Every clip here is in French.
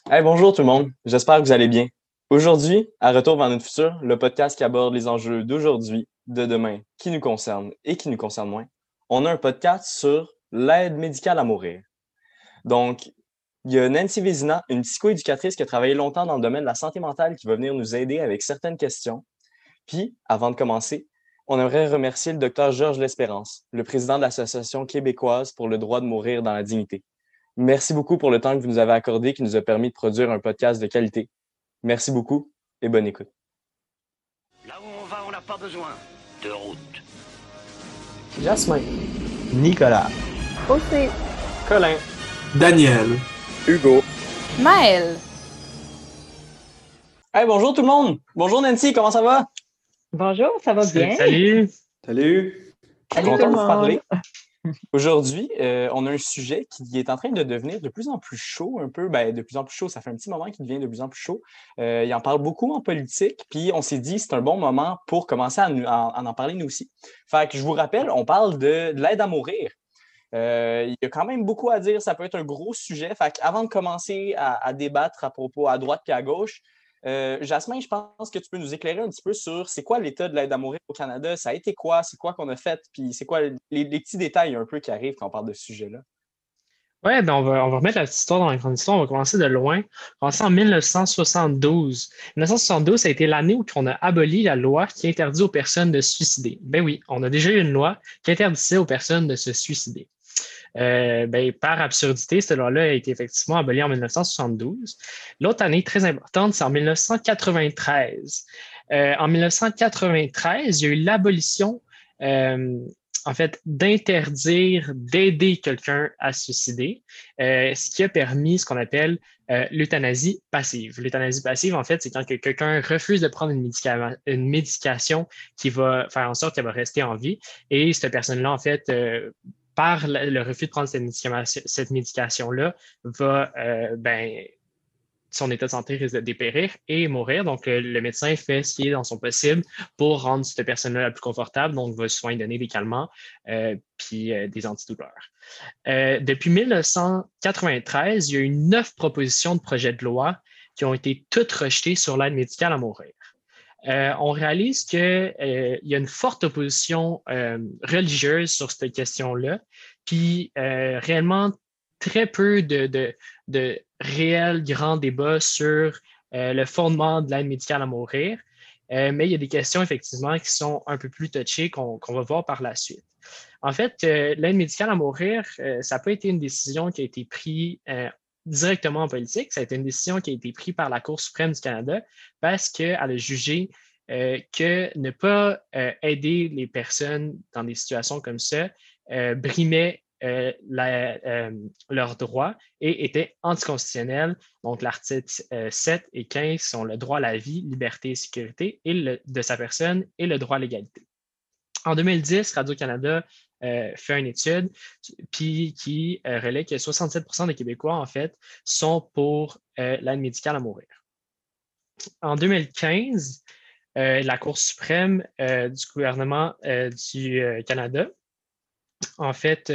Hey, bonjour tout le monde, j'espère que vous allez bien. Aujourd'hui, à Retour vers notre futur, le podcast qui aborde les enjeux d'aujourd'hui, de demain, qui nous concernent et qui nous concernent moins, on a un podcast sur l'aide médicale à mourir. Donc, il y a Nancy Vézina, une psychoéducatrice qui a travaillé longtemps dans le domaine de la santé mentale qui va venir nous aider avec certaines questions. Puis, avant de commencer, on aimerait remercier le docteur Georges Lespérance, le président de l'Association québécoise pour le droit de mourir dans la dignité. Merci beaucoup pour le temps que vous nous avez accordé qui nous a permis de produire un podcast de qualité. Merci beaucoup et bonne écoute. Là où on va, on n'a pas besoin de route. Jasmin, Nicolas, Aussi. Colin, Daniel, Hugo. Maël. Hey, bonjour tout le monde! Bonjour Nancy, comment ça va? Bonjour, ça va bien? Salut. Salut! Je suis Salut content tout de le vous monde. parler. Aujourd'hui, on a un sujet qui est en train de devenir de plus en plus chaud, un peu, de plus en plus chaud, ça fait un petit moment qu'il devient de plus en plus chaud. Il en parle beaucoup en politique, puis on s'est dit c'est un bon moment pour commencer à en parler nous aussi. Fait que je vous rappelle, on parle de l'aide à mourir. Il y a quand même beaucoup à dire, ça peut être un gros sujet. Fait avant de commencer à débattre à propos à droite et à gauche, Jasmin, je pense que tu peux nous éclairer un petit peu sur c'est quoi l'état de l'aide à mourir au Canada, ça a été quoi, c'est quoi qu'on a fait, puis c'est quoi les petits détails un peu qui arrivent quand on parle de ce sujet-là. Ouais, ben on va remettre la petite histoire dans la grande histoire. On va commencer de loin. On va commencer en 1972. 1972, ça a été l'année où on a aboli la loi qui interdit aux personnes de se suicider. Ben oui, on a déjà eu une loi qui interdisait aux personnes de se suicider. Par absurdité, cette loi-là a été effectivement abolie en 1972. L'autre année très importante, c'est en 1993. En 1993, il y a eu l'abolition, euh, en fait, d'interdire d'aider quelqu'un à se suicider, ce qui a permis ce qu'on appelle l'euthanasie passive. L'euthanasie passive, en fait, c'est quand quelqu'un refuse de prendre une médication qui va faire en sorte qu'elle va rester en vie et cette personne-là, en fait, par le refus de prendre cette médication-là, va, son état de santé risque de dépérir et mourir. Donc, le médecin fait ce qui est dans son possible pour rendre cette personne-là la plus confortable. Donc, va souvent donner des calmants puis des antidouleurs. Depuis 1993, il y a eu 9 propositions de projets de loi qui ont été toutes rejetées sur l'aide médicale à mourir. On réalise qu'il y a une forte opposition religieuse sur cette question-là, puis réellement très peu de réels grands débats sur le fondement de l'aide médicale à mourir. Mais il y a des questions effectivement qui sont un peu plus touchées qu'on va voir par la suite. En fait, l'aide médicale à mourir, ça n'a pas été une décision qui a été prise directement en politique. Ça a été une décision qui a été prise par la Cour suprême du Canada parce qu'elle a jugé que ne pas aider les personnes dans des situations comme ça brimait leurs droits et était anticonstitutionnel. Donc, l'article 7 et 15 sont le droit à la vie, liberté et sécurité de sa personne et le droit à l'égalité. En 2010, Radio-Canada fait une étude qui relaie que 67 des Québécois, en fait, sont pour l'aide médicale à mourir. En 2015, la Cour suprême du gouvernement du Canada, en fait,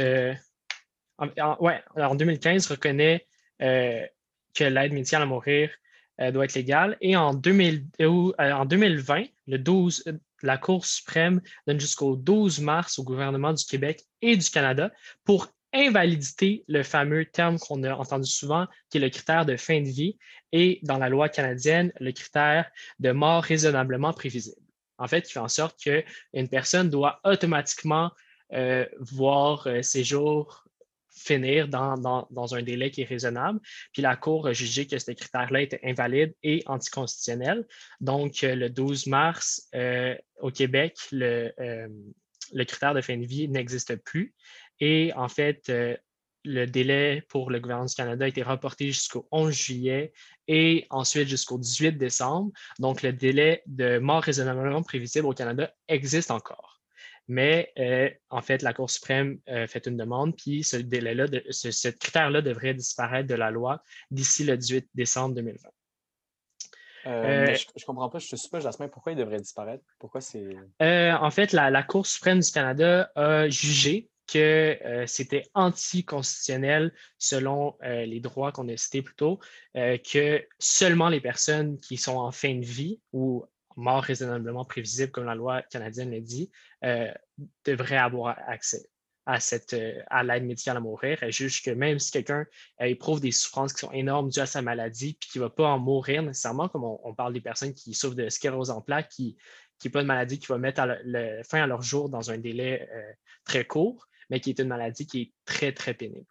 en 2015, reconnaît que l'aide médicale à mourir doit être légale. Et en 2020, la Cour suprême donne jusqu'au 12 mars au gouvernement du Québec et du Canada pour invalider le fameux terme qu'on a entendu souvent, qui est le critère de fin de vie, et dans la loi canadienne, le critère de mort raisonnablement prévisible. En fait, qui fait en sorte qu'une personne doit automatiquement voir ses jours finir dans un délai qui est raisonnable. Puis la Cour a jugé que ce critère-là était invalide et anticonstitutionnel. Donc, le 12 mars, au Québec, le critère de fin de vie n'existe plus. Et en fait, le délai pour le gouvernement du Canada a été reporté jusqu'au 11 juillet et ensuite jusqu'au 18 décembre. Donc, le délai de mort raisonnablement prévisible au Canada existe encore. Mais en fait, la Cour suprême fait une demande, puis ce délai-là, ce critère-là devrait disparaître de la loi d'ici le 18 décembre 2020. Mais je comprends pas, je te suis pas, Jasmin, pourquoi il devrait disparaître? Pourquoi c'est. En fait, la Cour suprême du Canada a jugé que c'était anticonstitutionnel selon les droits qu'on a cités plus tôt, que seulement les personnes qui sont en fin de vie ou mort raisonnablement prévisible, comme la loi canadienne le dit, devraient avoir accès à l'aide médicale à mourir. Elle juge que même si quelqu'un éprouve des souffrances qui sont énormes dues à sa maladie, puis qui ne va pas en mourir nécessairement, comme on parle des personnes qui souffrent de sclérose en plaques, qui n'est pas une maladie qui va mettre fin à leur jour dans un délai très court, mais qui est une maladie qui est très, très pénible.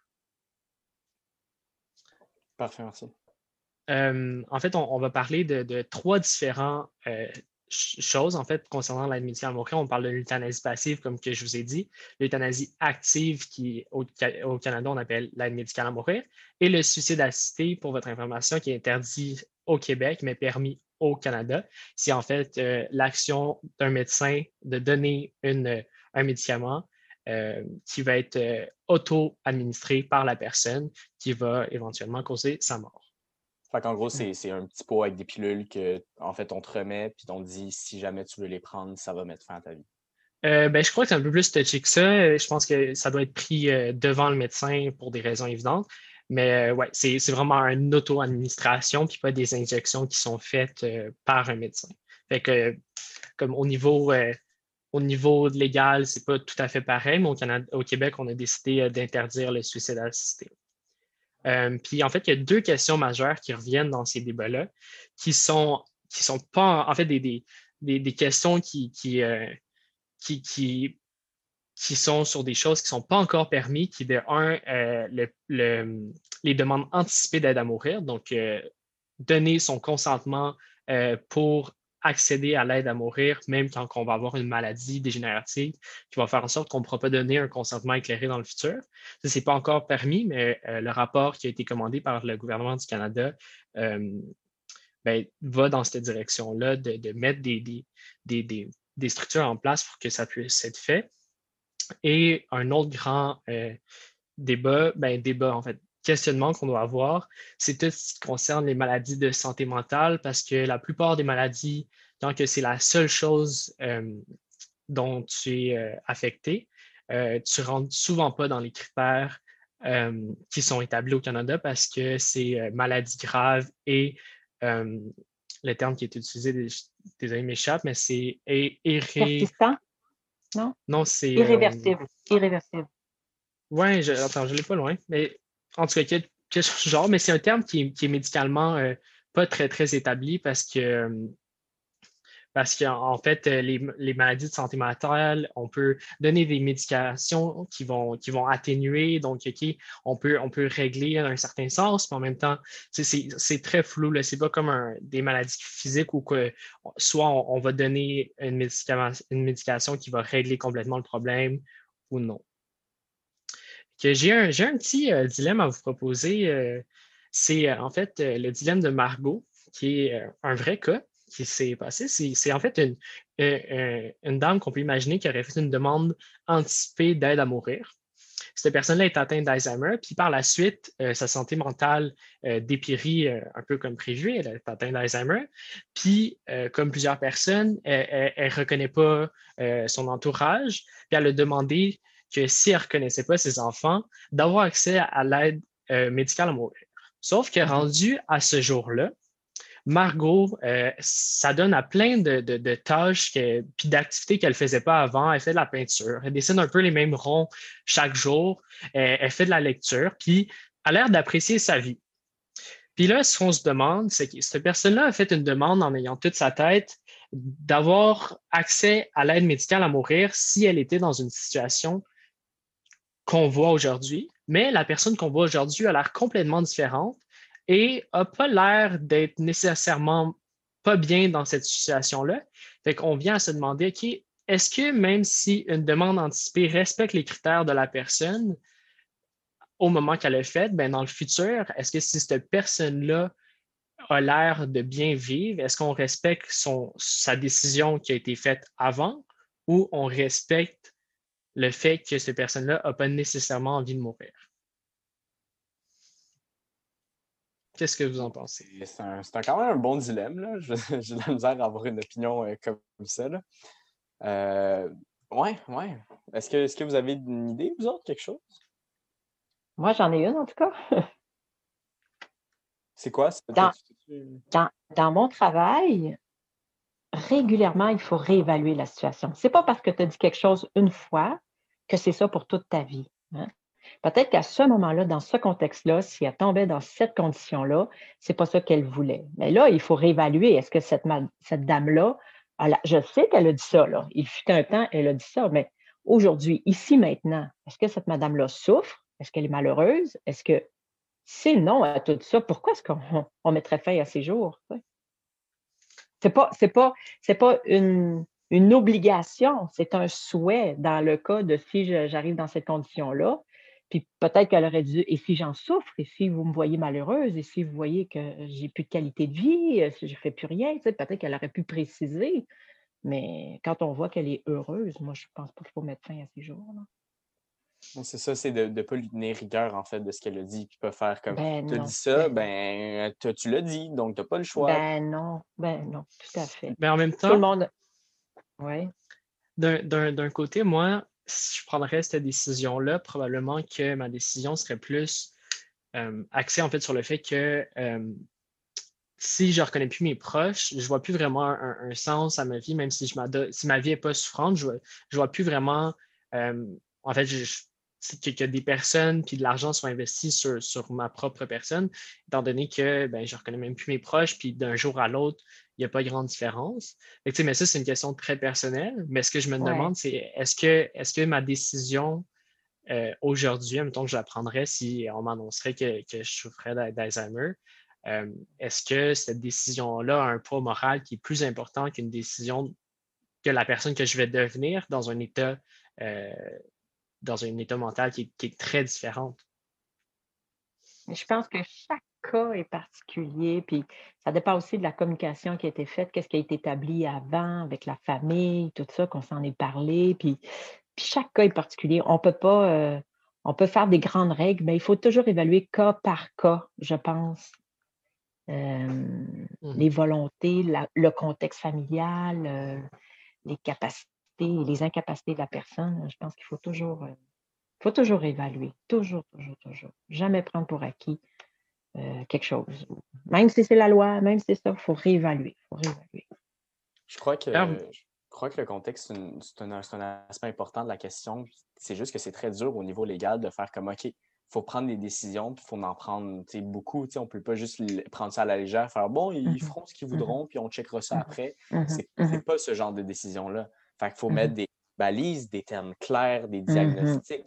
Parfait, merci. En fait, on va parler de trois différents choses, en fait, concernant l'aide médicale à mourir. On parle de l'euthanasie passive, comme que je vous ai dit, l'euthanasie active, qui au Canada, on appelle l'aide médicale à mourir, et le suicide assisté, pour votre information, qui est interdit au Québec, mais permis au Canada. C'est en fait l'action d'un médecin de donner un médicament qui va être auto-administré par la personne, qui va éventuellement causer sa mort. Fait qu'en gros, c'est un petit pot avec des pilules que, en fait, on te remet, puis on te dit si jamais tu veux les prendre, ça va mettre fin à ta vie. Je crois que c'est un peu plus touché que ça. Je pense que ça doit être pris devant le médecin pour des raisons évidentes. Mais ouais, c'est vraiment une auto-administration, puis pas des injections qui sont faites par un médecin. Fait que, comme au niveau légal, c'est pas tout à fait pareil, mais au Québec, on a décidé d'interdire le suicide assisté. Puis en fait, il y a deux questions majeures qui reviennent dans ces débats-là, qui sont pas en fait des questions qui sont sur des choses qui ne sont pas encore permises, qui de un, les demandes anticipées d'aide à mourir, donc donner son consentement pour accéder à l'aide à mourir, même quand on va avoir une maladie dégénérative qui va faire en sorte qu'on ne pourra pas donner un consentement éclairé dans le futur. Ça, ce n'est pas encore permis, mais le rapport qui a été commandé par le gouvernement du Canada va dans cette direction-là de mettre des structures en place pour que ça puisse être fait. Et un autre grand débat, en fait, questionnement qu'on doit avoir, c'est tout ce qui concerne les maladies de santé mentale, parce que la plupart des maladies, tant que c'est la seule chose dont tu es affecté, tu ne rentres souvent pas dans les critères qui sont établis au Canada parce que c'est maladie grave et le terme qui est utilisé, désolé, m'échappe, mais c'est persistant? Non? Non, c'est irréversible. Irréversible. Oui, attends, je ne l'ai pas loin. Mais en tout cas, quelque chose du genre, mais c'est un terme qui est médicalement pas très, très établi parce qu'en fait, les maladies de santé mentale, on peut donner des médications qui vont atténuer, donc on peut régler dans un certain sens, mais en même temps, c'est très flou. Ce n'est pas comme des maladies physiques où soit on va donner une médication qui va régler complètement le problème ou non. J'ai un petit dilemme à vous proposer. C'est en fait le dilemme de Margot, qui est un vrai cas qui s'est passé. C'est en fait une dame qu'on peut imaginer qui aurait fait une demande anticipée d'aide à mourir. Cette personne-là est atteinte d'Alzheimer, puis par la suite, sa santé mentale dépérit un peu comme prévu. Elle est atteinte d'Alzheimer. Puis, comme plusieurs personnes, elle ne reconnaît pas son entourage. Puis elle a demandé que si elle ne reconnaissait pas ses enfants, d'avoir accès à l'aide médicale à mourir. Sauf que rendu à ce jour-là, Margot, ça donne à plein de tâches puis d'activités qu'elle ne faisait pas avant. Elle fait de la peinture, elle dessine un peu les mêmes ronds chaque jour, elle fait de la lecture, puis elle a l'air d'apprécier sa vie. Puis là, ce qu'on se demande, c'est que cette personne-là a fait une demande en ayant toute sa tête d'avoir accès à l'aide médicale à mourir si elle était dans une situation qu'on voit aujourd'hui, mais la personne qu'on voit aujourd'hui a l'air complètement différente et n'a pas l'air d'être nécessairement pas bien dans cette situation-là. Fait qu'on vient à se demander, OK, est-ce que même si une demande anticipée respecte les critères de la personne au moment qu'elle est faite, dans le futur, est-ce que si cette personne-là a l'air de bien vivre, est-ce qu'on respecte sa décision qui a été faite avant ou on respecte le fait que cette personne-là n'a pas nécessairement envie de mourir? Qu'est-ce que vous en pensez? C'est quand même un bon dilemme, là. J'ai de la misère à avoir une opinion comme ça, là. Ouais, ouais. Est-ce que vous avez une idée, vous autres, quelque chose? Moi, j'en ai une en tout cas. C'est quoi? Dans, dans mon travail, régulièrement, il faut réévaluer la situation. C'est pas parce que tu as dit quelque chose une fois que c'est ça pour toute ta vie, hein. Peut-être qu'à ce moment-là, dans ce contexte-là, si elle tombait dans cette condition-là, c'est pas ça qu'elle voulait. Mais là, il faut réévaluer. Est-ce que cette dame-là, je sais qu'elle a dit ça, là. Il fut un temps, elle a dit ça, mais aujourd'hui, ici, maintenant, est-ce que cette madame-là souffre? Est-ce qu'elle est malheureuse? Est-ce que si non à tout ça, pourquoi est-ce qu'on mettrait fin à ses jours? Tu sais? C'est pas une obligation, c'est un souhait dans le cas de si j'arrive dans cette condition-là. Puis peut-être qu'elle aurait dû, et si j'en souffre, et si vous me voyez malheureuse, et si vous voyez que j'ai plus de qualité de vie, si je ne fais plus rien, tu sais, peut-être qu'elle aurait pu préciser. Mais quand on voit qu'elle est heureuse, moi, je ne pense pas qu'il faut mettre fin à ces jours, là. C'est ça, c'est de ne pas lui donner rigueur, en fait, de ce qu'elle a dit, puis pas faire comme, Ben tu as dit non, ça, tu l'as dit, donc tu n'as pas le choix. ben non, tout à fait. Mais en même Tout le temps, monde, oui. d'un côté, moi, si je prendrais cette décision-là, probablement que ma décision serait plus axée en fait sur le fait que si je ne reconnais plus mes proches, je ne vois plus vraiment un sens à ma vie, même si si ma vie n'est pas souffrante, je ne vois plus vraiment, en fait, que des personnes puis de l'argent soient investis sur ma propre personne, étant donné que ben, je ne reconnais même plus mes proches, puis d'un jour à l'autre, il n'y a pas grande différence. Mais ça, c'est une question très personnelle. Mais ce que je me Ouais. demande, c'est est-ce que ma décision aujourd'hui, mettons que je la prendrais si on m'annoncerait que je souffrais d'Alzheimer, est-ce que cette décision-là a un poids moral qui est plus important qu'une décision que la personne que je vais devenir euh, dans un état mental qui est très différent? Mais je pense que chaque cas est particulier, puis ça dépend aussi de la communication qui a été faite, qu'est-ce qui a été établi avant avec la famille, tout ça, qu'on s'en est parlé, puis chaque cas est particulier. On peut pas, on peut faire des grandes règles, mais il faut toujours évaluer cas par cas, je pense. Les volontés, le contexte familial, les capacités, les incapacités de la personne. Je pense qu'il faut toujours évaluer, toujours, toujours, toujours. Jamais prendre pour acquis quelque chose. Même si c'est la loi, même si c'est ça, il faut réévaluer. Je crois que, Ah, je crois que le contexte, c'est un aspect important de la question. C'est juste que c'est très dur au niveau légal de faire comme, OK, il faut prendre des décisions, puis il faut en prendre beaucoup. On ne peut pas juste prendre ça à la légère, faire, bon, ils feront ce qu'ils voudront, puis on checkera ça après. C'est pas ce genre de décision-là. Fait qu'il faut mettre des balises, des termes clairs, des diagnostics,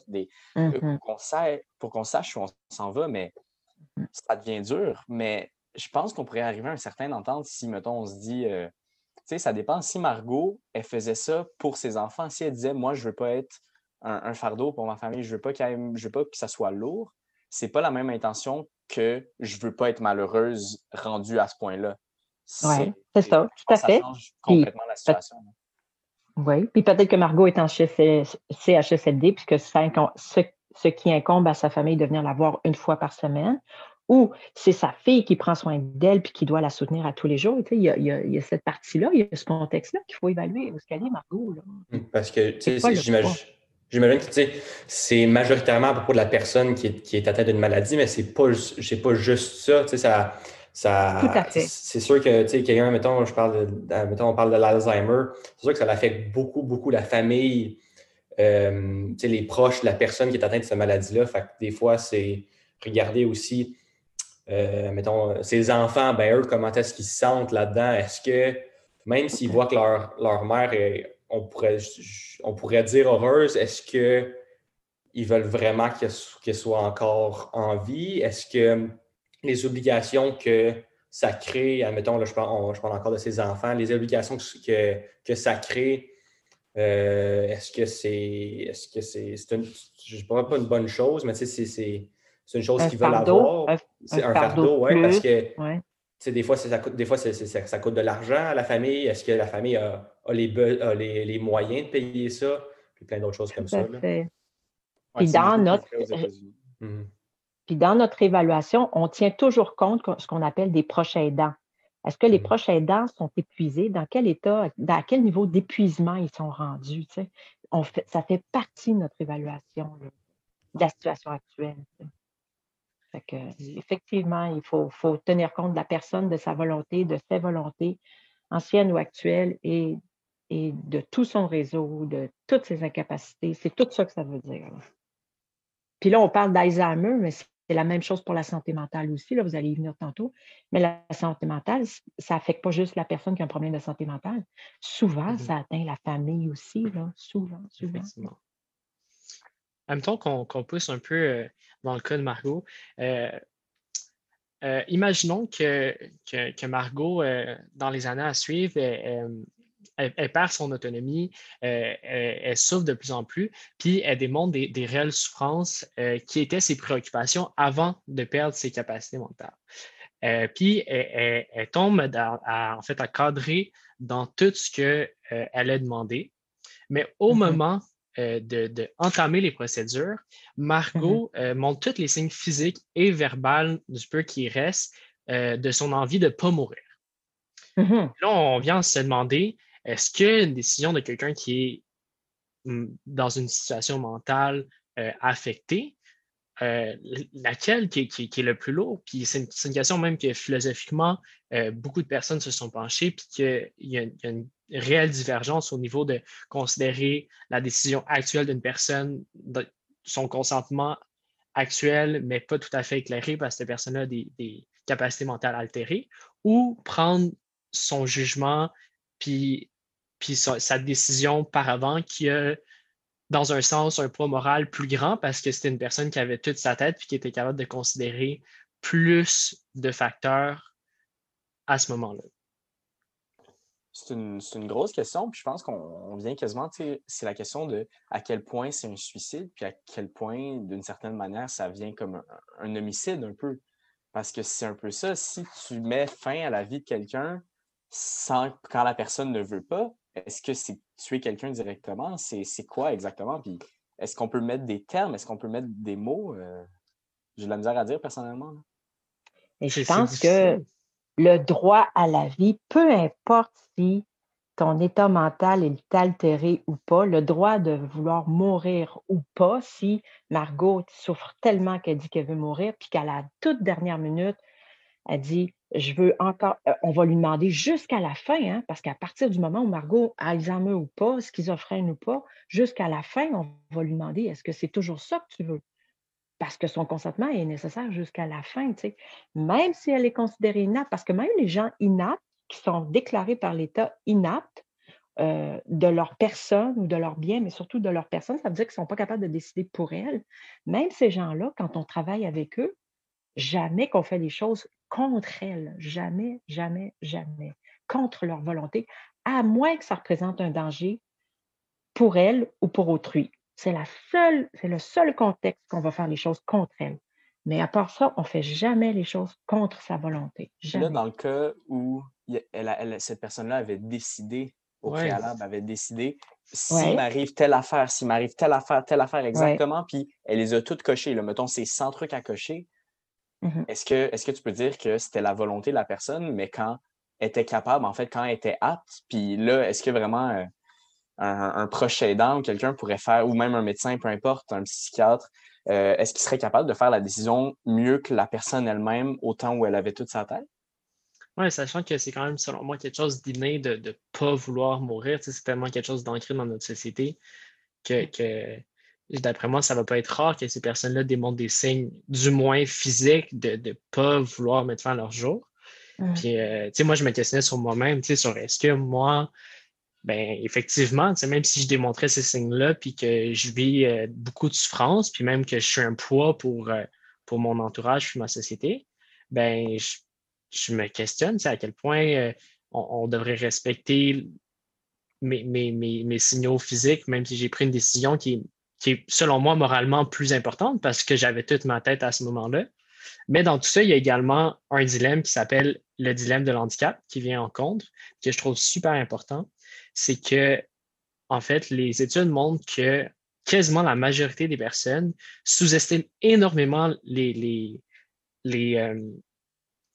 pour qu'on sache où on s'en va, mais ça devient dur. Mais je pense qu'on pourrait arriver à un certain entente si, mettons, on se dit... tu sais, ça dépend. Si Margot, elle faisait ça pour ses enfants, si elle disait, moi, je veux pas être un fardeau pour ma famille, je veux pas je veux pas que ça soit lourd, c'est pas la même intention que je veux pas être malheureuse rendue à ce point-là. Oui, c'est ça, Je tout à pense que ça fait. change Puis, complètement la situation. oui, puis peut-être que Margot est en CHSLD, puisque ce qui incombe à sa famille de venir la voir une fois par semaine, ou c'est sa fille qui prend soin d'elle puis qui doit la soutenir à tous les jours. Tu sais, il y a cette partie-là, il y a ce contexte-là qu'il faut évaluer. Où est-ce qu'elle est, Margot? Là? Parce que, C'est tu quoi sais, le poids? j'imagine que, tu sais, c'est majoritairement à propos de la personne qui est atteinte d'une maladie, mais c'est pas juste ça, tu sais, Tout à fait. c'est sûr que, tu sais, quelqu'un, mettons, mettons, on parle de l'Alzheimer, c'est sûr que ça affecte beaucoup, beaucoup la famille, tu sais, les proches de la personne qui est atteinte de cette maladie-là. Fait que des fois, c'est regarder aussi, mettons, ses enfants, ben eux, comment est-ce qu'ils se sentent là-dedans? Est-ce que, même s'ils voient que leur mère est, on pourrait dire heureuse, est-ce qu'ils veulent vraiment qu'elle soit encore en vie? Est-ce que les obligations que ça crée, admettons, là, je parle encore de ses enfants, les obligations que ça crée, est-ce que c'est je ne dirais pas une bonne chose, mais c'est une chose qu'ils veulent avoir. C'est un fardeau, oui, parce que des fois, ça coûte de l'argent à la famille. Est-ce que la famille a les moyens de payer ça? Puis plein d'autres choses comme ça. Là. Ouais, Puis c'est dans beaucoup plus notre, vrai aux États-Unis. Puis dans notre évaluation, on tient toujours compte de ce qu'on appelle des proches aidants. Est-ce que les proches aidants sont épuisés? Dans quel état, dans quel niveau d'épuisement ils sont rendus? Tu sais? ça fait partie de notre évaluation là, de la situation actuelle. Fait que, effectivement, il faut tenir compte de la personne, de sa volonté, de ses volontés, anciennes ou actuelles, et de tout son réseau, de toutes ses incapacités. C'est tout ça que ça veut dire. Là. Puis là, on parle d'Alzheimer, mais c'est la même chose pour la santé mentale aussi. Là, vous allez y venir tantôt. Mais la santé mentale, ça affecte pas juste la personne qui a un problème de santé mentale. Souvent, ça atteint la famille aussi. Là. Souvent. Effectivement. Admettons qu'on pousse un peu dans le cas de Margot. Imaginons que Margot, dans les années à suivre, elle perd son autonomie, elle souffre de plus en plus, puis elle démontre des réelles souffrances qui étaient ses préoccupations avant de perdre ses capacités mentales. Puis elle tombe en fait à cadrer dans tout ce qu'elle a demandé. Mais au moment d'entamer les procédures, Margot montre tous les signes physiques et verbaux du peu qui reste de son envie de ne pas mourir. Là, on vient se demander, est-ce qu'une décision de quelqu'un qui est dans une situation mentale affectée, laquelle qui est le plus lourd? Puis c'est une question même que philosophiquement, beaucoup de personnes se sont penchées, puis qu'il y a une réelle divergence au niveau de considérer la décision actuelle d'une personne, son consentement actuel, mais pas tout à fait éclairé parce que cette personne a des capacités mentales altérées, ou prendre son jugement puis sa décision par avant qui a, dans un sens, un poids moral plus grand parce que c'était une personne qui avait toute sa tête puis qui était capable de considérer plus de facteurs à ce moment-là. C'est une grosse question, puis je pense qu'on vient quasiment, c'est la question de à quel point c'est un suicide, puis à quel point, d'une certaine manière, ça vient comme un homicide un peu. Parce que c'est un peu ça, si tu mets fin à la vie de quelqu'un quand la personne ne veut pas, est-ce que c'est tuer quelqu'un directement? C'est quoi exactement? Puis est-ce qu'on peut mettre des termes? Est-ce qu'on peut mettre des mots? J'ai de la misère à dire personnellement. Là. Et je C'est pense que difficile. le droit à la vie, peu importe si ton état mental est altéré ou pas, le droit de vouloir mourir ou pas, si Margot souffre tellement qu'elle dit qu'elle veut mourir, puis qu'à la toute dernière minute, elle dit, je veux encore, on va lui demander jusqu'à la fin, hein, parce qu'à partir du moment où Margot a Alzheimer ou pas, schizophrène ou pas, jusqu'à la fin, on va lui demander, est-ce que c'est toujours ça que tu veux? Parce que son consentement est nécessaire jusqu'à la fin, tu sais. Même si elle est considérée inapte, parce que même les gens inaptes, qui sont déclarés par l'État inaptes, de leur personne ou de leur bien, mais surtout de leur personne, ça veut dire qu'ils ne sont pas capables de décider pour elles. Même ces gens-là, quand on travaille avec eux, jamais qu'on fait les choses contre elles. Jamais, jamais, jamais. Contre leur volonté, à moins que ça représente un danger pour elles ou pour autrui. C'est le seul contexte qu'on va faire les choses contre elle. Mais à part ça, on ne fait jamais les choses contre sa volonté. Puis là, Jamais. dans le cas où cette personne-là avait décidé, au Ouais. préalable, avait décidé, s'il Ouais, m'arrive telle affaire ouais. exactement, puis elle les a toutes cochées, là, mettons, c'est 100 trucs à cocher, Mhm. est-ce que tu peux dire que c'était la volonté de la personne, mais quand elle était capable, en fait, quand elle était apte, puis là, est-ce que vraiment un proche aidant ou quelqu'un pourrait faire, ou même un médecin, peu importe, un psychiatre, est-ce qu'il serait capable de faire la décision mieux que la personne elle-même au temps où elle avait toute sa tête? Ouais, sachant que c'est quand même, selon moi, quelque chose d'inné de ne pas vouloir mourir. Tu sais, c'est tellement quelque chose d'ancré dans notre société que d'après moi, ça ne va pas être rare que ces personnes-là démontrent des signes, du moins physiques, de ne pas vouloir mettre fin à leur jour. Mhm. Puis, tu sais, moi, je me questionnais sur moi-même, tu sais, sur est-ce que moi, ben, effectivement, tu sais, même si je démontrais ces signes-là, puis que je vis beaucoup de souffrance, puis même que je suis un poids pour mon entourage, puis ma société, ben, je me questionne, tu sais, à quel point on devrait respecter mes signaux physiques, même si j'ai pris une décision qui est, selon moi, moralement plus importante parce que j'avais toute ma tête à ce moment-là. Mais dans tout ça, il y a également un dilemme qui s'appelle le dilemme de l'handicap qui vient en compte, que je trouve super important. C'est que, en fait, les études montrent que quasiment la majorité des personnes sous-estiment énormément les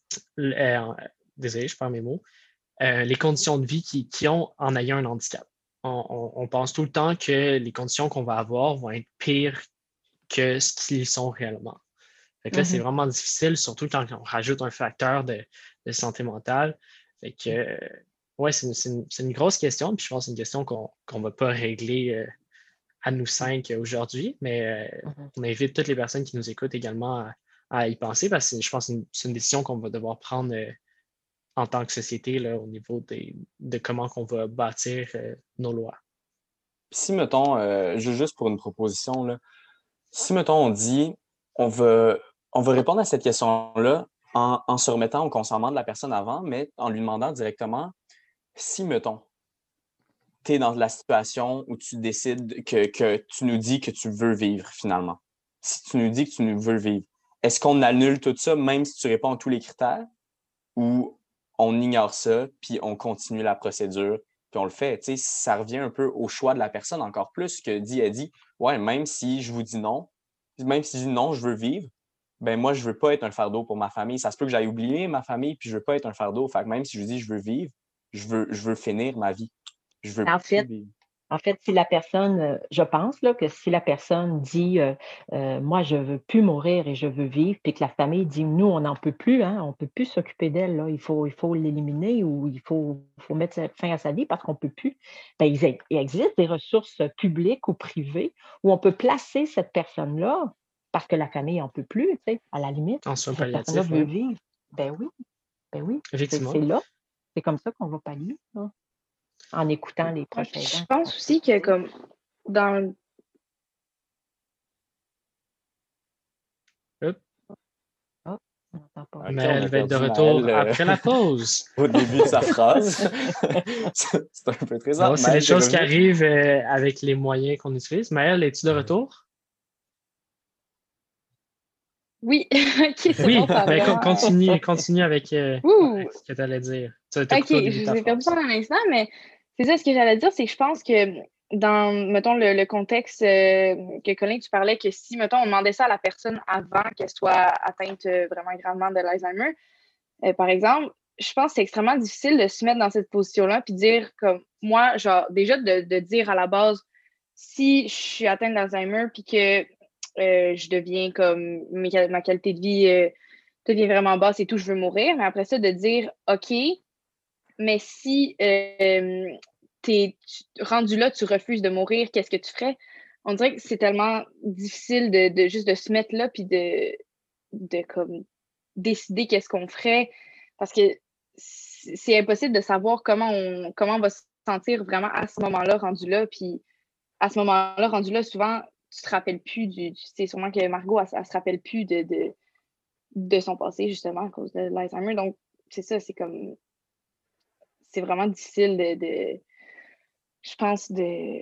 désolé, je perds mes mots, les conditions de vie qu'ils ont en ayant un handicap. on pense tout le temps que les conditions qu'on va avoir vont être pires que ce qu'ils sont réellement. Fait que là, c'est vraiment difficile, surtout quand on rajoute un facteur de santé mentale. Fait que, ouais, c'est une grosse question, puis je pense que c'est une question qu'on ne va pas régler à nous 5 aujourd'hui, mais on invite toutes les personnes qui nous écoutent également à y penser parce que je pense que c'est une décision qu'on va devoir prendre en tant que société là, au niveau de comment on va bâtir nos lois. Si, mettons, juste pour une proposition, là, si, mettons, on dit on veut répondre à cette question-là en se remettant au consentement de la personne avant, mais en lui demandant directement si, mettons, tu es dans la situation où tu décides que tu nous dis que tu veux vivre finalement. Si tu nous dis que tu veux vivre, est-ce qu'on annule tout ça même si tu réponds à tous les critères ou on ignore ça puis on continue la procédure puis on le fait? Tu sais, ça revient un peu au choix de la personne encore plus que elle dit ouais, même si je vous dis non, même si je dis non, je veux vivre, ben moi, je veux pas être un fardeau pour ma famille. Ça se peut que j'aille oublier ma famille puis je veux pas être un fardeau. Fait que même si je dis je veux vivre, je veux finir ma vie. Je veux En plus fait, vivre. si la personne, je pense là, que si la personne dit moi, je ne veux plus mourir et je veux vivre, puis que la famille dit nous, on n'en peut plus, hein, on ne peut plus s'occuper d'elle, là, il faut l'éliminer ou il faut mettre fin à sa vie parce qu'on ne peut plus. Ben, il existe des ressources publiques ou privées où on peut placer cette personne-là parce que la famille n'en peut plus, tu sais, à la limite. En soins Si cette personne-là palliatifs, veut oui. vivre, ben oui, Effectivement. c'est là. C'est comme ça qu'on va pallier, là, en écoutant les proches Je aidants. pense aussi que comme dans On n'entend pas. OK, Mais on elle a va être de perdu retour Maëlle après la pause. au début de sa phrase. C'est un peu très Non, c'est les Maëlle, t'es choses qui revenu? arrivent avec les moyens qu'on utilise. Maëlle, es-tu de retour? oui, ok, c'est Oui, bon, ça a ben, vraiment. continue avec, Ouh, avec ce que tu allais dire. Tu as ok, coupé au début de je ta vous ai perdu phrase. pendant un instant, mais c'est ça ce que j'allais dire, c'est que je pense que dans, mettons, le contexte que Colin, tu parlais, que si, mettons, on demandait ça à la personne avant qu'elle soit atteinte vraiment gravement de l'Alzheimer, par exemple, je pense que c'est extrêmement difficile de se mettre dans cette position-là puis dire comme moi, genre, déjà de dire à la base, si je suis atteinte d'Alzheimer puis que je deviens comme ma qualité de vie devient vraiment basse et tout, je veux mourir, mais après ça, de dire OK, mais si rendu là, tu refuses de mourir, qu'est-ce que tu ferais? On dirait que c'est tellement difficile de juste de se mettre là puis de comme décider qu'est-ce qu'on ferait parce que c'est impossible de savoir comment on va se sentir vraiment à ce moment-là rendu là. Puis à ce moment-là rendu là, souvent, tu te rappelles plus c'est sûrement que Margot, elle se rappelle plus de son passé justement à cause de l'Alzheimer. Donc, c'est ça, c'est vraiment difficile je pense, de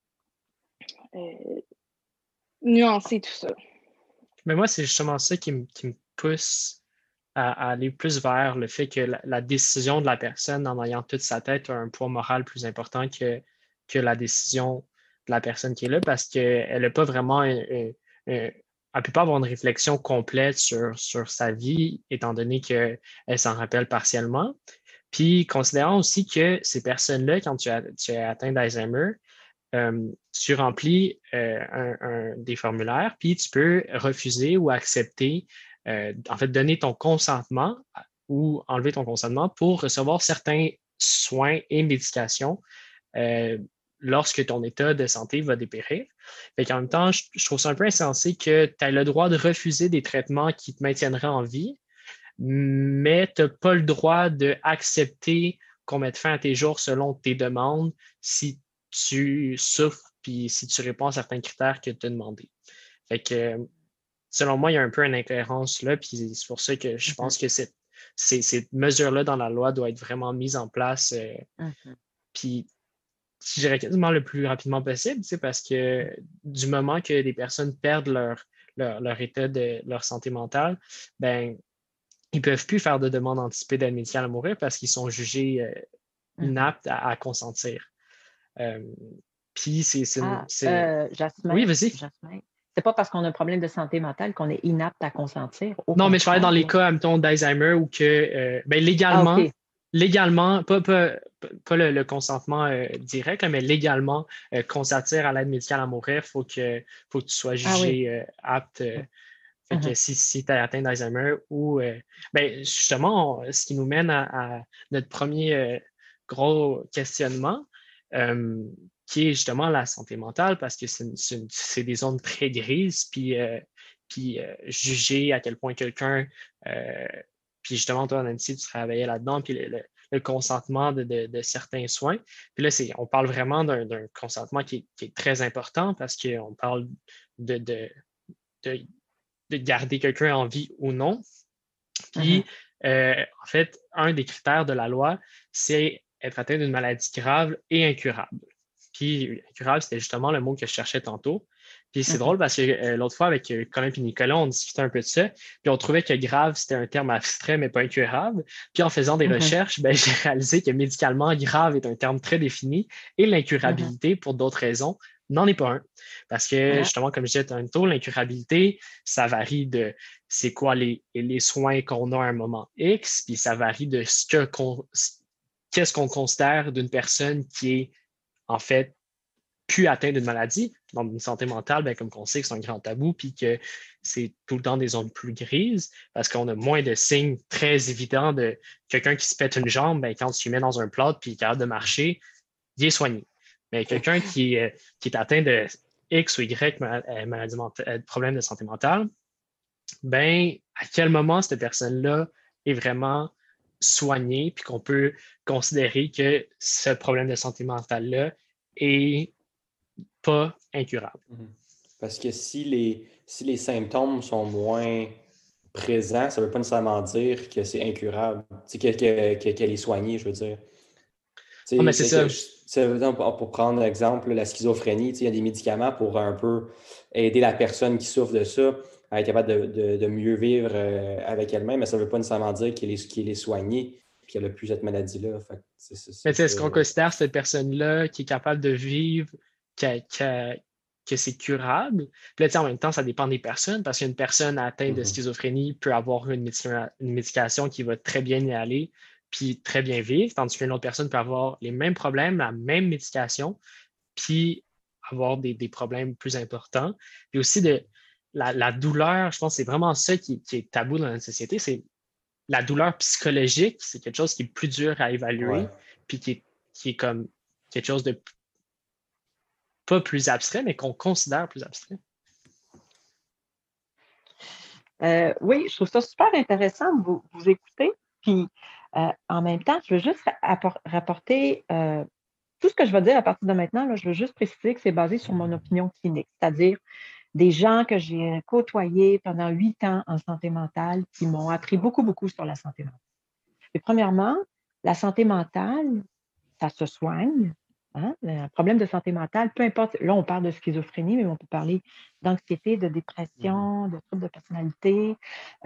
nuancer tout ça. Mais moi, c'est justement ça qui me pousse à aller plus vers le fait que la décision de la personne en ayant toute sa tête a un poids moral plus important que la décision de la personne qui est là parce qu'elle n'a pas vraiment elle ne peut pas avoir une réflexion complète sur sa vie, étant donné qu'elle s'en rappelle partiellement. Puis, considérant aussi que ces personnes-là, quand tu es atteint d'Alzheimer, tu remplis des formulaires, puis tu peux refuser ou accepter, en fait, donner ton consentement ou enlever ton consentement pour recevoir certains soins et médications lorsque ton état de santé va dépérir. Fait qu'en même temps, je trouve ça un peu insensé que tu aies le droit de refuser des traitements qui te maintiendraient en vie, mais tu n'as pas le droit d'accepter qu'on mette fin à tes jours selon tes demandes si tu souffres puis si tu réponds à certains critères que tu as demandé. Fait que, selon moi, il y a un peu une incohérence là, puis c'est pour ça que je pense que cette mesure-là dans la loi doit être vraiment mise en place. Puis, je dirais quasiment le plus rapidement possible, parce que du moment que des personnes perdent leur état de leur santé mentale, ben ils ne peuvent plus faire de demande anticipée d'aide médicale à mourir parce qu'ils sont jugés inaptes à consentir. Puis Jasmin, Oui, vas-y. Jasmin, c'est pas parce qu'on a un problème de santé mentale qu'on est inapte à consentir. Non, mais je parlais dans les cas, mettons, d'Alzheimer où que légalement, OK. légalement, pas pas le consentement direct, là, mais légalement, consentir à l'aide médicale à mourir, il faut que tu sois jugé apte. Fait que si tu es atteint d'Alzheimer ou ben, justement, ce qui nous mène à notre premier gros questionnement, qui est justement la santé mentale, parce que c'est des zones très grises, puis juger à quel point quelqu'un, puis justement, toi, Nancy, tu travaillais là-dedans, puis le consentement de certains soins. Puis là, on parle vraiment d'un consentement qui est très important parce qu'on parle de garder quelqu'un en vie ou non. Puis, en fait, un des critères de la loi, c'est être atteint d'une maladie grave et incurable. Puis, incurable, c'était justement le mot que je cherchais tantôt. Puis, c'est drôle parce que l'autre fois, avec Colin et Nicolas, on discutait un peu de ça. Puis, on trouvait que grave, c'était un terme abstrait, mais pas incurable. Puis, en faisant des recherches, ben, j'ai réalisé que médicalement, grave est un terme très défini et l'incurabilité, pour d'autres raisons, n'en est pas un. Parce que, justement, comme je disais tantôt, l'incurabilité, ça varie de c'est quoi les soins qu'on a à un moment X, puis ça varie de qu'est-ce qu'on considère d'une personne qui est, en fait, plus atteinte d'une maladie. Dans une santé mentale, bien, comme on sait que c'est un grand tabou, puis que c'est tout le temps des zones plus grises, parce qu'on a moins de signes très évidents de quelqu'un qui se pète une jambe, bien, quand tu lui mets dans un plâtre puis il est capable de marcher, il est soigné. Mais quelqu'un qui est atteint de X ou Y maladie problème de santé mentale, ben, à quel moment cette personne-là est vraiment soignée, puis qu'on peut considérer que ce problème de santé mentale-là est pas incurable. Parce que si les symptômes sont moins présents, ça ne veut pas nécessairement dire que c'est incurable, qu'elle est soignée, je veux dire. Ah, mais c'est ça. Pour prendre l'exemple, la schizophrénie, il y a des médicaments pour un peu aider la personne qui souffre de ça à être capable de mieux vivre avec elle-même, mais ça ne veut pas nécessairement dire qu'elle est soignée et qu'elle n'a plus cette maladie-là. Mais est-ce qu'on considère cette personne-là qui est capable de vivre, que c'est curable? Puis là, en même temps, ça dépend des personnes, parce qu'une personne atteinte de schizophrénie peut avoir une médication qui va très bien y aller, puis très bien vivre, tandis qu'une autre personne peut avoir les mêmes problèmes, la même médication, puis avoir des problèmes plus importants. Puis aussi, la douleur, je pense que c'est vraiment ça qui est tabou dans notre société, c'est la douleur psychologique, c'est quelque chose qui est plus dur à évaluer, puis qui est comme quelque chose de pas plus abstrait, mais qu'on considère plus abstrait. Oui, je trouve ça super intéressant de vous écouter. Puis, en même temps, je veux juste rapporter tout ce que je vais dire à partir de maintenant, là, je veux juste préciser que c'est basé sur mon opinion clinique, c'est-à-dire des gens que j'ai côtoyés pendant 8 ans en santé mentale qui m'ont appris beaucoup, beaucoup sur la santé mentale. Et premièrement, la santé mentale, ça se soigne. Hein? Un problème de santé mentale, peu importe, là, on parle de schizophrénie, mais on peut parler d'anxiété, de dépression, de troubles de personnalité.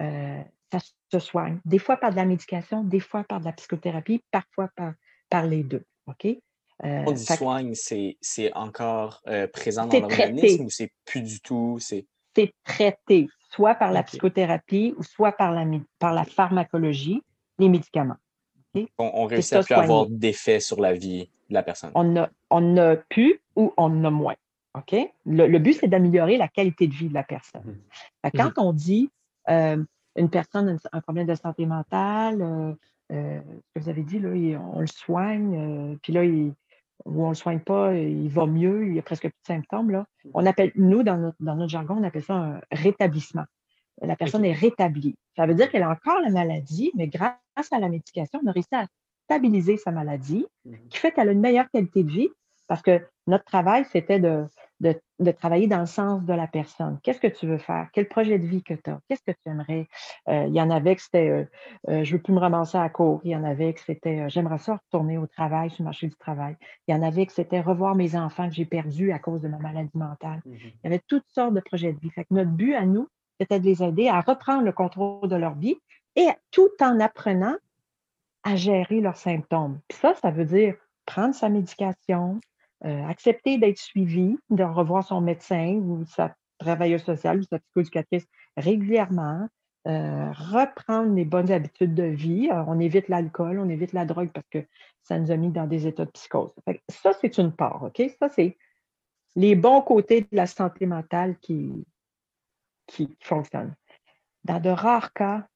Ça se soigne. Des fois par de la médication, des fois par de la psychothérapie, parfois par les deux. OK? On dit soigne, c'est encore présent dans l'organisme ou c'est plus du tout? C'est traité, soit par la psychothérapie ou soit par la pharmacologie, les médicaments. Okay? On réussit à plus avoir d'effet sur la vie de la personne. On a plus ou on a moins. OK? Le but, c'est d'améliorer la qualité de vie de la personne. Quand on dit une personne a un problème de santé mentale, ce que vous avez dit, là, on le soigne, puis là, ou on ne le soigne pas, il va mieux, il n'y a presque plus de symptômes. Là. On appelle, nous, dans notre jargon, on appelle ça un rétablissement. La personne est rétablie. Ça veut dire qu'elle a encore la maladie, mais grâce à la médication, on a réussi à stabiliser sa maladie, qui fait qu'elle a une meilleure qualité de vie, parce que notre travail, c'était de travailler dans le sens de la personne. Qu'est-ce que tu veux faire? Quel projet de vie que tu as? Qu'est-ce que tu aimerais? Il y en avait que c'était je ne veux plus me ramasser à court. Il y en avait que c'était j'aimerais ça retourner au travail, sur le marché du travail. Il y en avait que c'était revoir mes enfants que j'ai perdus à cause de ma maladie mentale. Il y avait toutes sortes de projets de vie. Fait que notre but à nous, c'était de les aider à reprendre le contrôle de leur vie et tout en apprenant à gérer leurs symptômes. Puis ça veut dire prendre sa médication, accepter d'être suivi, de revoir son médecin ou sa travailleuse sociale ou sa psychoéducatrice régulièrement, reprendre les bonnes habitudes de vie. On évite l'alcool, on évite la drogue parce que ça nous a mis dans des états de psychose. Fait que ça, c'est une part, OK? Ça, c'est les bons côtés de la santé mentale qui fonctionnent. Dans de rares cas,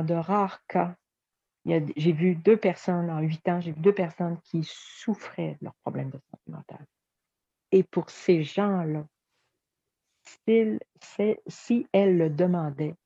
j'ai vu 2 personnes en 8 ans, j'ai vu 2 personnes qui souffraient de leurs problèmes de santé mentale. Et pour ces gens-là, si elles le demandaient,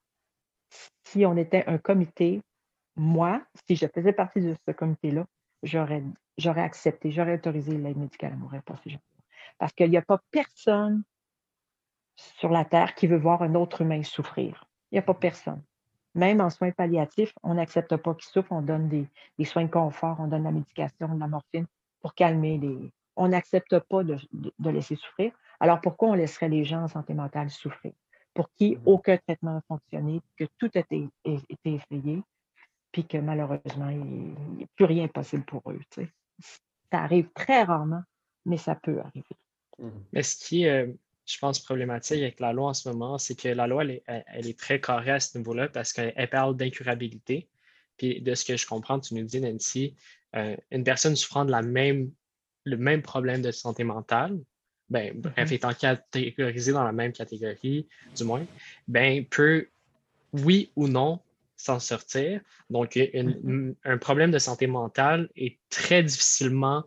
si on était un comité, moi, si je faisais partie de ce comité-là, j'aurais accepté, j'aurais autorisé l'aide médicale à mourir pour ces gens. Parce qu'il n'y a pas personne sur la Terre qui veut voir un autre humain souffrir. Il n'y a pas personne. Même en soins palliatifs, on n'accepte pas qu'ils souffrent, on donne des soins de confort, on donne la médication, de la morphine pour calmer les. On n'accepte pas de laisser souffrir. Alors pourquoi on laisserait les gens en santé mentale souffrir? Pour qui aucun traitement n'a fonctionné, que tout a été essayé, puis que malheureusement, il n'y a plus rien possible pour eux. Tu sais. Ça arrive très rarement, mais ça peut arriver. Mais ce qui est, je pense, problématique avec la loi en ce moment, c'est que la loi, elle est très carrée à ce niveau-là parce qu'elle parle d'incurabilité. Puis de ce que je comprends, tu nous dis, Nancy, une personne souffrant de le même problème de santé mentale, ben, bref, étant catégorisée dans la même catégorie, du moins, ben, peut, oui ou non, s'en sortir. Donc, un problème de santé mentale est très difficilement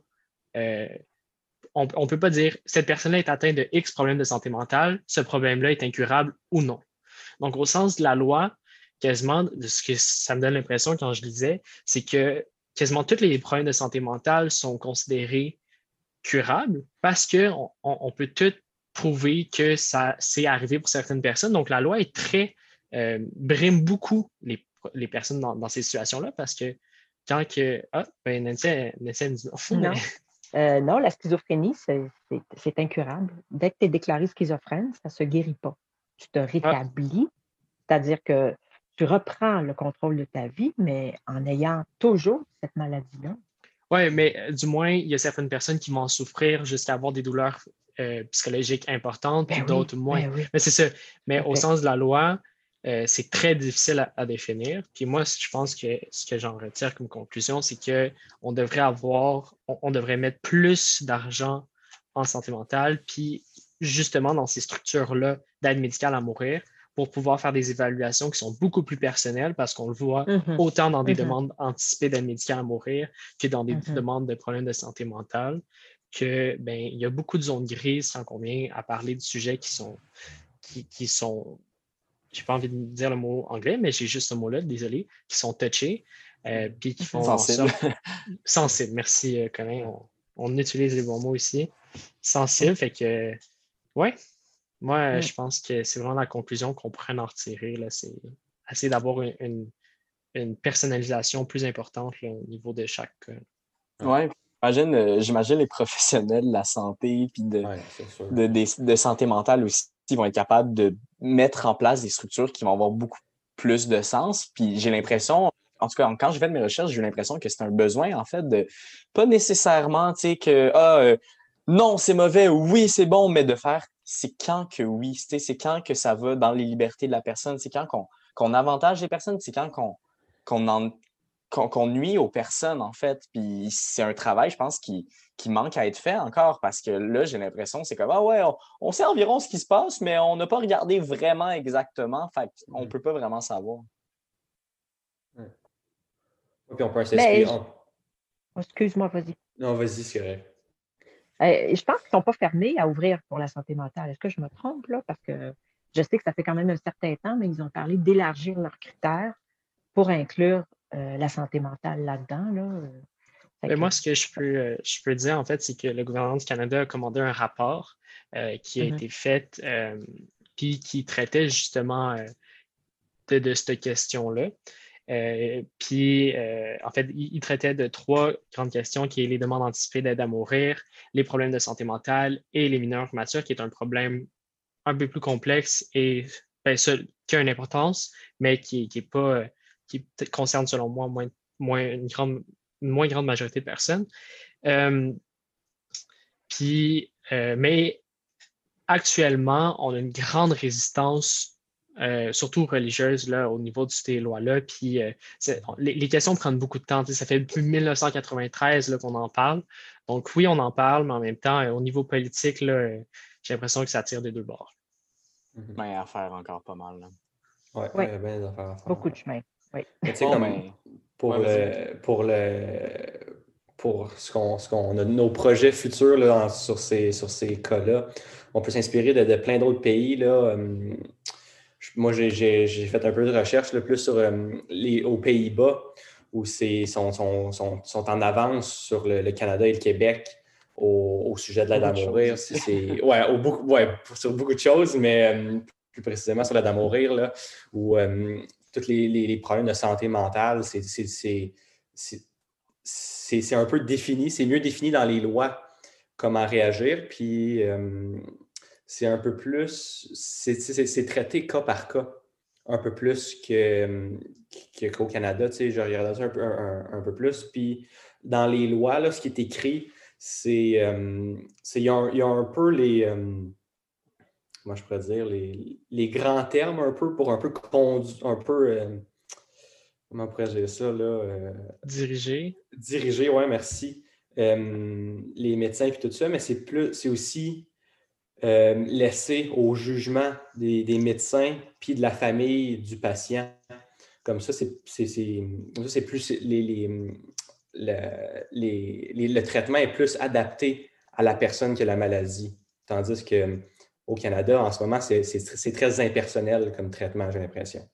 on ne peut pas dire cette personne-là est atteinte de X problème de santé mentale, ce problème-là est incurable ou non. Donc, au sens de la loi, quasiment, de ce que ça me donne l'impression quand je lisais, c'est que quasiment tous les problèmes de santé mentale sont considérés curables parce qu'on peut tout prouver que ça s'est arrivé pour certaines personnes. Donc, la loi est brime beaucoup les personnes dans ces situations-là parce que quand que. Ah, ben Nancy me dit non. Non. Non, la schizophrénie, c'est incurable. Dès que tu es déclaré schizophrène, ça ne se guérit pas. Tu te rétablis, c'est-à-dire que tu reprends le contrôle de ta vie, mais en ayant toujours cette maladie-là. Oui, mais du moins, il y a certaines personnes qui vont en souffrir jusqu'à avoir des douleurs psychologiques importantes, puis d'autres moins. Oui. Mais c'est ça. Mais au sens de la loi, c'est très difficile à définir. Puis moi, je pense que ce que j'en retire comme conclusion, c'est qu'on devrait on devrait mettre plus d'argent en santé mentale, puis justement dans ces structures-là d'aide médicale à mourir, pour pouvoir faire des évaluations qui sont beaucoup plus personnelles parce qu'on le voit autant dans des demandes anticipées d'aide médicale à mourir que dans des demandes de problèmes de santé mentale, que ben, il y a beaucoup de zones grises quand on vient à parler de sujets qui sont j'ai pas envie de dire le mot anglais, mais j'ai juste ce mot-là, désolé, qui sont touchés, puis qui font sensibles. Sensibles, merci Colin, on utilise les bons mots ici. Sensibles, fait que ouais. Moi, je pense que c'est vraiment la conclusion qu'on pourrait en retirer. C'est essayer d'avoir une personnalisation plus importante là, au niveau de chaque cas. Oui, j'imagine les professionnels de la santé puis de santé mentale aussi vont être capables de mettre en place des structures qui vont avoir beaucoup plus de sens. Puis j'ai l'impression, en tout cas, quand j'ai fait mes recherches, j'ai eu l'impression que c'est un besoin, en fait, de pas nécessairement, tu sais, que non, c'est mauvais, oui, c'est bon, mais de faire c'est quand que oui, c'est quand que ça va dans les libertés de la personne, c'est quand qu'on avantage les personnes, c'est quand qu'on nuit aux personnes, en fait. Puis c'est un travail, je pense, qui manque à être fait encore parce que là, j'ai l'impression c'est comme, ah ouais, on sait environ ce qui se passe, mais on n'a pas regardé vraiment exactement, fait qu'on ne peut pas vraiment savoir. Puis on peut s'exprimer. Excuse-moi, vas-y. Non, vas-y, c'est vrai. Je pense qu'ils ne sont pas fermés à ouvrir pour la santé mentale. Est-ce que je me trompe là? Parce que je sais que ça fait quand même un certain temps, mais ils ont parlé d'élargir leurs critères pour inclure la santé mentale là-dedans. Là. Moi, ce que je peux dire, en fait, c'est que le gouvernement du Canada a commandé un rapport qui a été fait puis qui traitait justement de cette question-là. Puis, en fait, il traitait de 3 grandes questions qui est les demandes anticipées d'aide à mourir, les problèmes de santé mentale et les mineurs matures, qui est un problème un peu plus complexe et qui a une importance, mais qui concerne, selon moi, une moins grande majorité de personnes. Mais actuellement, on a une grande résistance surtout religieuses, là, au niveau de ces lois-là. Puis les questions prennent beaucoup de temps. Ça fait depuis 1993 là, qu'on en parle. Donc oui, on en parle, mais en même temps, au niveau politique, là, j'ai l'impression que ça tire des deux bords. Mais à faire encore pas mal. Là. Ouais, Oui. il y a bien des affaires à faire. Beaucoup de chemin. Oui. Mais tu sais, Bon, comme ben, pour ouais, pour ce qu'on a nos projets futurs là, sur ces cas-là, on peut s'inspirer de plein d'autres pays. Là. Moi, j'ai fait un peu de recherche là, plus sur aux Pays-Bas, où sont en avance sur le Canada et le Québec au sujet de l'aide à Beaucoup de mourir. choses. Sur beaucoup de choses, mais plus précisément sur l'aide à mourir, là, où tous les problèmes de santé mentale, c'est un peu défini, c'est mieux défini dans les lois comment réagir, puis c'est un peu plus, c'est traité cas par cas, un peu plus qu'au Canada, tu sais, je regardais ça un peu plus, puis dans les lois, là, ce qui est écrit, il y a un peu comment je pourrais dire, les grands termes un peu pour un peu comment pourrais-je dire ça, là? Diriger. Diriger, oui, merci. Les médecins et tout ça, mais c'est aussi laissé au jugement des médecins puis de la famille du patient. Comme ça, c'est plus le traitement est plus adapté à la personne qui a la maladie. Tandis qu'au Canada, en ce moment, c'est très impersonnel comme traitement, j'ai l'impression.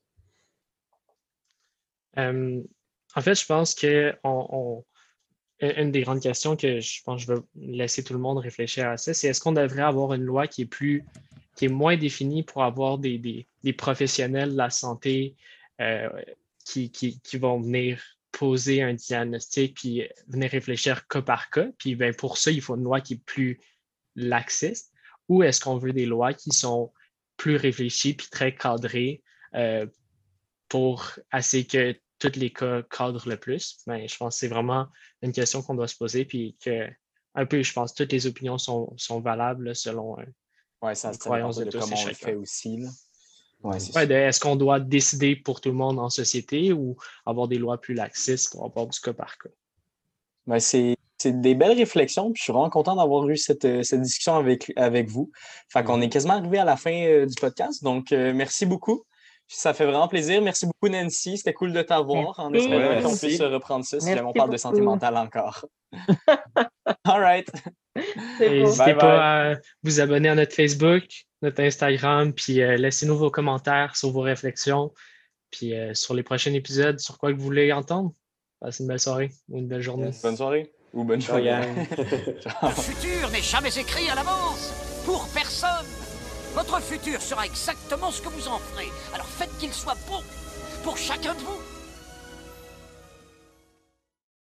En fait, je pense que une des grandes questions que je pense que je veux laisser tout le monde réfléchir à ça, c'est est-ce qu'on devrait avoir une loi qui est moins définie pour avoir des professionnels de la santé qui vont venir poser un diagnostic puis venir réfléchir cas par cas. Puis ben, pour ça, il faut une loi qui est plus laxiste. Ou est-ce qu'on veut des lois qui sont plus réfléchies puis très cadrées pour assez que tous les cas cadrent le plus? Ben, je pense que c'est vraiment une question qu'on doit se poser, puis que un peu, je pense que toutes les opinions sont valables là, selon Ça les dépend croyances de de tous comment et on le chacun. fait aussi. Là. Ouais, c'est Ouais, sûr. est-ce qu'on doit décider pour tout le monde en société ou avoir des lois plus laxistes pour avoir du cas par cas? Ben, c'est des belles réflexions, puis je suis vraiment content d'avoir eu cette discussion avec vous. Fait qu'on est quasiment arrivé à la fin du podcast, donc merci beaucoup. Ça fait vraiment plaisir. Merci beaucoup, Nancy. C'était cool de t'avoir, en Merci. espérant Ouais, qu'on merci. puisse reprendre ça si Merci jamais on parle de santé beaucoup. mentale encore. All right. C'est beau. N'hésitez Bye bye. pas à vous abonner à notre Facebook, notre Instagram, puis laissez-nous vos commentaires sur vos réflexions, puis sur les prochains épisodes, sur quoi que vous voulez entendre. Passez une belle soirée ou une belle journée. Yes. Bonne soirée ou bonne Ciao, journée. gang. Ciao. Le futur n'est jamais écrit à l'avance, pour personne. Votre futur sera exactement ce que vous en ferez. Alors faites qu'il soit bon pour chacun de vous.